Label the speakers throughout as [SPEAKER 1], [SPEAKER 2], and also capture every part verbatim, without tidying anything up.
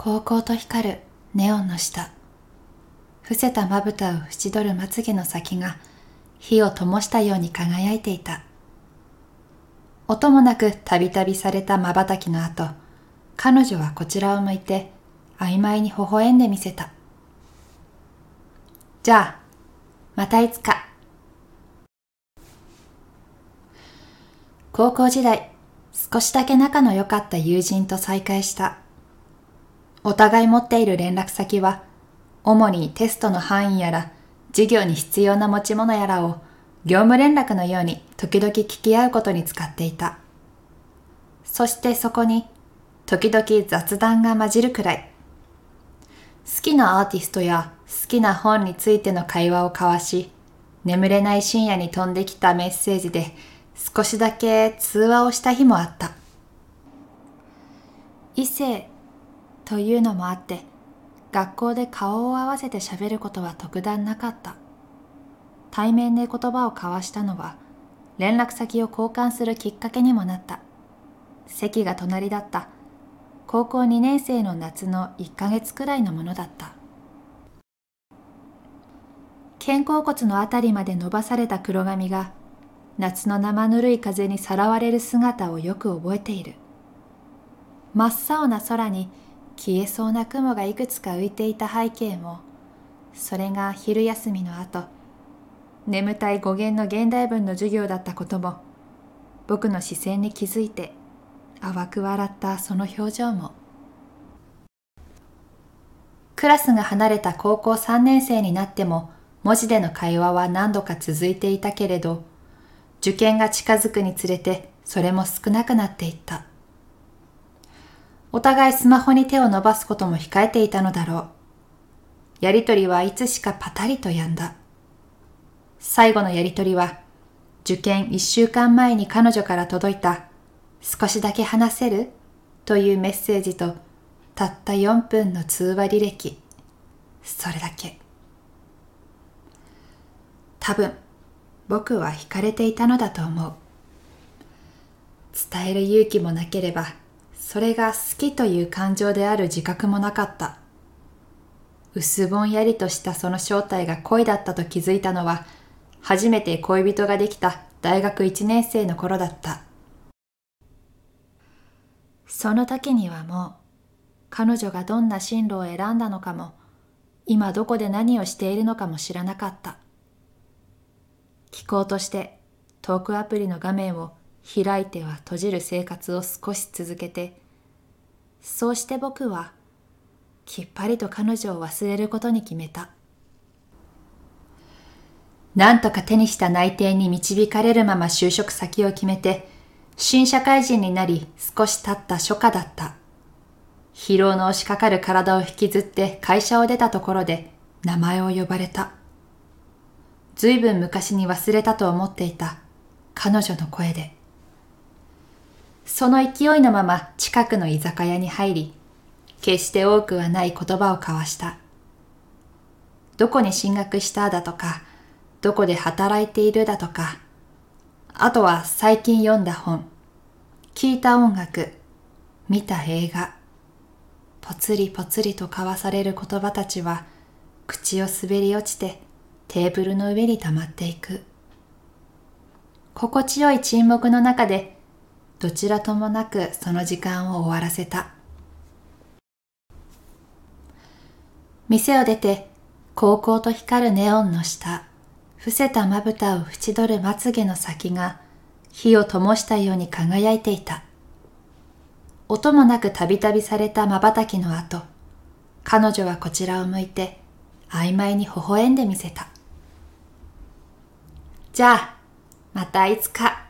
[SPEAKER 1] こうこうと光るネオンの下。伏せたまぶたを縁取るまつげの先が火を灯したように輝いていた。音もなくたびたびされた瞬きの後、彼女はこちらを向いて曖昧に微笑んでみせた。じゃあ、またいつか。高校時代、少しだけ仲の良かった友人と再会した。お互い持っている連絡先は、主にテストの範囲やら、授業に必要な持ち物やらを業務連絡のように時々聞き合うことに使っていた。そしてそこに時々雑談が混じるくらい。好きなアーティストや好きな本についての会話を交わし、眠れない深夜に飛んできたメッセージで少しだけ通話をした日もあった。異性というのもあって、学校で顔を合わせて喋ることは特段なかった。対面で言葉を交わしたのは、連絡先を交換するきっかけにもなった。席が隣だった。高校にねん生の夏のいっかげつくらいのものだった。肩甲骨のあたりまで伸ばされた黒髪が、夏の生ぬるい風にさらわれる姿をよく覚えている。真っ青な空に消えそうな雲がいくつか浮いていた背景も、それが昼休みの後、眠たい語源の現代文の授業だったことも、僕の視線に気づいて淡く笑ったその表情も。クラスが離れた高校さんねん生になっても文字での会話は何度か続いていたけれど、受験が近づくにつれてそれも少なくなっていった。お互いスマホに手を伸ばすことも控えていたのだろう。やりとりはいつしかパタリと止んだ。最後のやりとりは、受験一週間前に彼女から届いた、少しだけ話せるというメッセージと、たったよんぷんの通話履歴。それだけ。多分、僕は惹かれていたのだと思う。伝える勇気もなければ、それが好きという感情である自覚もなかった。薄ぼんやりとしたその正体が恋だったと気づいたのは、初めて恋人ができた大学いちねん生の頃だった。その時にはもう、彼女がどんな進路を選んだのかも、今どこで何をしているのかも知らなかった。聞こうとしてトークアプリの画面を開いては閉じる生活を少し続けて、そうして僕はきっぱりと彼女を忘れることに決めた。なんとか手にした内定に導かれるまま就職先を決めて、新社会人になり少し経った初夏だった。疲労の押しかかる体を引きずって会社を出たところで名前を呼ばれた。ずいぶん昔に忘れたと思っていた彼女の声で。その勢いのまま近くの居酒屋に入り、決して多くはない言葉を交わした。どこに進学しただとか、どこで働いているだとか、あとは最近読んだ本、聞いた音楽、見た映画、ぽつりぽつりと交わされる言葉たちは、口を滑り落ちてテーブルの上に溜まっていく。心地よい沈黙の中で、どちらともなくその時間を終わらせた。店を出て、こうこうと光るネオンの下、伏せたまぶたを縁取るまつげの先が火を灯したように輝いていた。音もなくたびたびされた瞬きの後、彼女はこちらを向いて曖昧に微笑んでみせた。じゃあ、またいつか。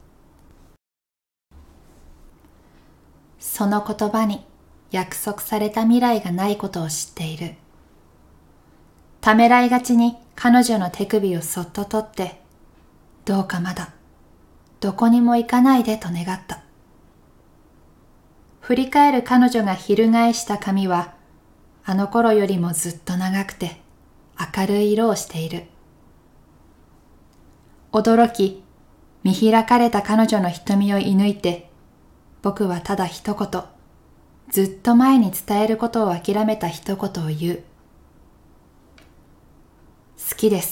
[SPEAKER 1] その言葉に約束された未来がないことを知っている。ためらいがちに彼女の手首をそっと取って、どうかまだ、どこにも行かないでと願った。振り返る彼女が翻した髪は、あの頃よりもずっと長くて明るい色をしている。驚き、見開かれた彼女の瞳を射抜いて、僕はただ一言、 ずっと前に伝えることを諦めた一言を言う。好きです。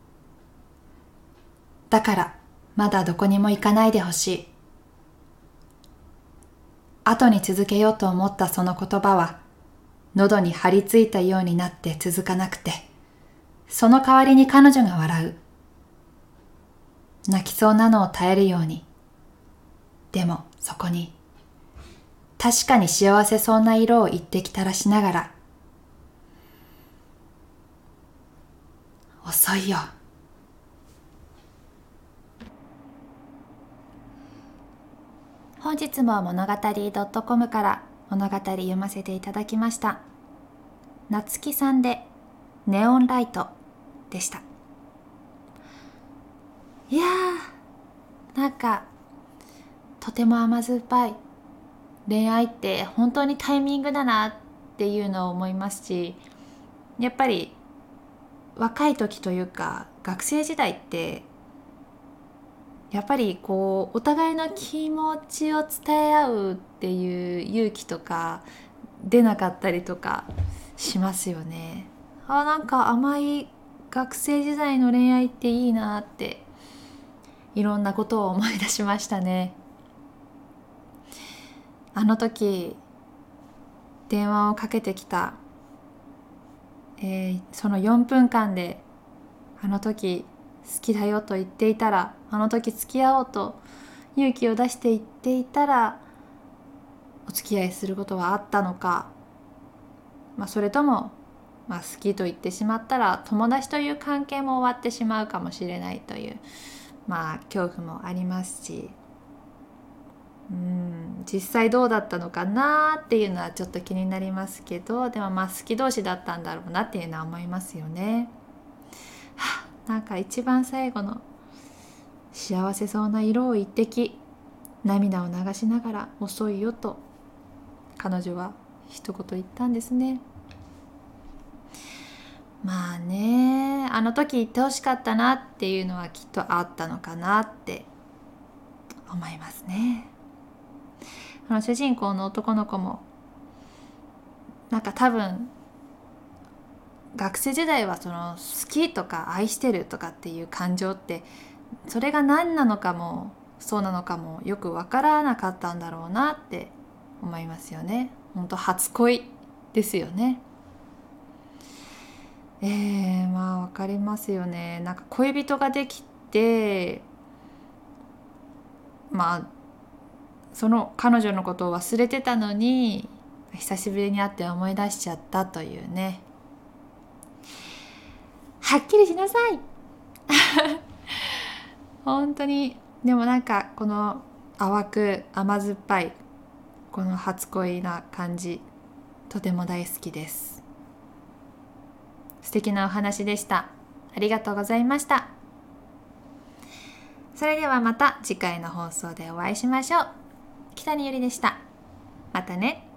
[SPEAKER 1] だからまだどこにも行かないでほしい。後に続けようと思ったその言葉は喉に張り付いたようになって続かなくて、その代わりに彼女が笑う。泣きそうなのを耐えるように。でもそこに確かに幸せそうな色を一滴垂らしながら、遅いよ。本日も物語 .com から物語読ませていただきました。なつきさんでネオンライトでした。いやー、なんかとても甘酸っぱい。恋愛って本当にタイミングだなっていうのを思いますし、やっぱり若い時というか学生時代ってやっぱりこうお互いの気持ちを伝え合うっていう勇気とか出なかったりとかしますよね。あ、なんか甘い学生時代の恋愛っていいなって、いろんなことを思い出しましたね。あの時電話をかけてきた、えー、そのよんぷんかんであの時好きだよと言っていたら、あの時付き合おうと勇気を出して言っていたらお付き合いすることはあったのか、まあ、それとも、まあ、好きと言ってしまったら友達という関係も終わってしまうかもしれないという、まあ恐怖もありますし、うん、実際どうだったのかなっていうのはちょっと気になりますけど、でもまあ好き同士だったんだろうなっていうのは思いますよね。はあ、なんか一番最後の幸せそうな色を一滴涙を流しながら遅いよと彼女は一言言ったんですね。まあね、あの時言ってほしかったなっていうのはきっとあったのかなって思いますね。あの主人公の男の子もなんか多分学生時代はその好きとか愛してるとかっていう感情ってそれが何なのかもそうなのかもよく分からなかったんだろうなって思いますよね。本当初恋ですよね。えー、まあ分かりますよね。なんか恋人ができて、まあその彼女のことを忘れてたのに久しぶりに会って思い出しちゃったというね。はっきりしなさい本当に。でもなんかこの淡く甘酸っぱいこの初恋な感じとても大好きです。素敵なお話でした。ありがとうございました。それではまた次回の放送でお会いしましょう。北にゆりでした。またね。